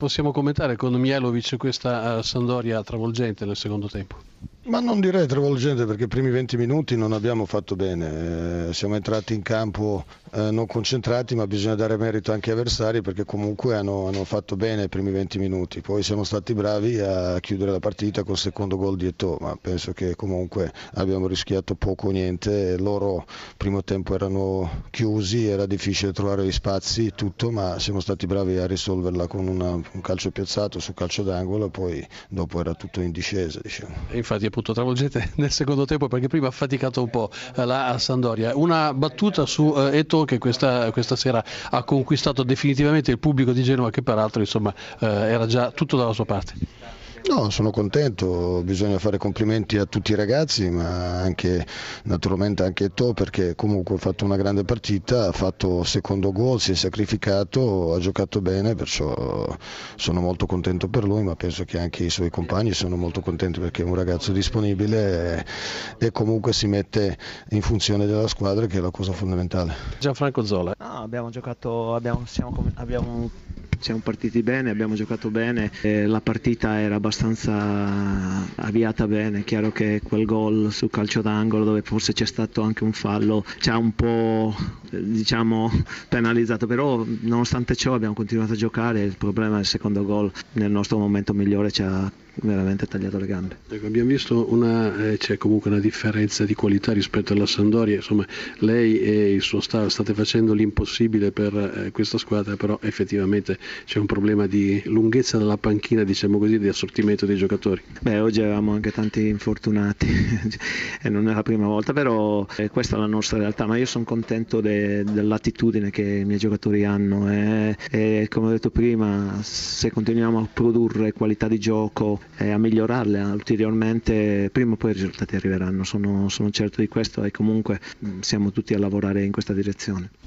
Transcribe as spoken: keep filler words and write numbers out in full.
Possiamo commentare con Mihajlović questa uh, Sampdoria travolgente nel secondo tempo? Ma non direi travolgente, perché i primi venti minuti non abbiamo fatto bene, eh, siamo entrati in campo eh, non concentrati, ma bisogna dare merito anche agli avversari, perché comunque hanno, hanno fatto bene i primi venti minuti, poi siamo stati bravi a chiudere la partita col secondo gol di Eto'o, ma penso che comunque abbiamo rischiato poco o niente. Loro primo tempo erano chiusi, era difficile trovare gli spazi, tutto, ma siamo stati bravi a risolverla con una, un calcio piazzato su calcio d'angolo, e poi dopo era tutto in discesa, diciamo. E infatti appunto travolgente nel secondo tempo, perché prima ha faticato un po' la Sampdoria. Una battuta su eh, Eto'o, che questa, questa sera ha conquistato definitivamente il pubblico di Genova, che peraltro insomma eh, era già tutto dalla sua parte. No, sono contento, bisogna fare complimenti a tutti i ragazzi, ma anche naturalmente anche a Eto'o, perché comunque ha fatto una grande partita, ha fatto secondo gol, si è sacrificato, ha giocato bene, perciò sono molto contento per lui, ma penso che anche i suoi compagni sono molto contenti, perché è un ragazzo disponibile e, e comunque si mette in funzione della squadra, che è la cosa fondamentale. Gianfranco Zola. No, abbiamo giocato, abbiamo, siamo, abbiamo siamo partiti bene, abbiamo giocato bene, eh, la partita era abbastanza avviata bene. È chiaro che quel gol su calcio d'angolo, dove forse c'è stato anche un fallo, ci ha un po' diciamo penalizzato, però nonostante ciò abbiamo continuato a giocare. Il problema è il secondo gol, nel nostro momento migliore ci ha veramente tagliato le gambe. Ecco, abbiamo visto una, eh, c'è comunque una differenza di qualità rispetto alla Sampdoria, insomma lei e il suo staff state facendo l'impossibile per eh, questa squadra, però effettivamente c'è un problema di lunghezza della panchina, diciamo così, di assortimento dei giocatori. Beh, oggi avevamo anche tanti infortunati e non è la prima volta, però eh, questa è la nostra realtà, ma io sono contento de, dell'attitudine che i miei giocatori hanno e, e come ho detto prima, se continuiamo a produrre qualità di gioco e a migliorarle ulteriormente, prima o poi i risultati arriveranno, sono, sono certo di questo, e comunque siamo tutti a lavorare in questa direzione.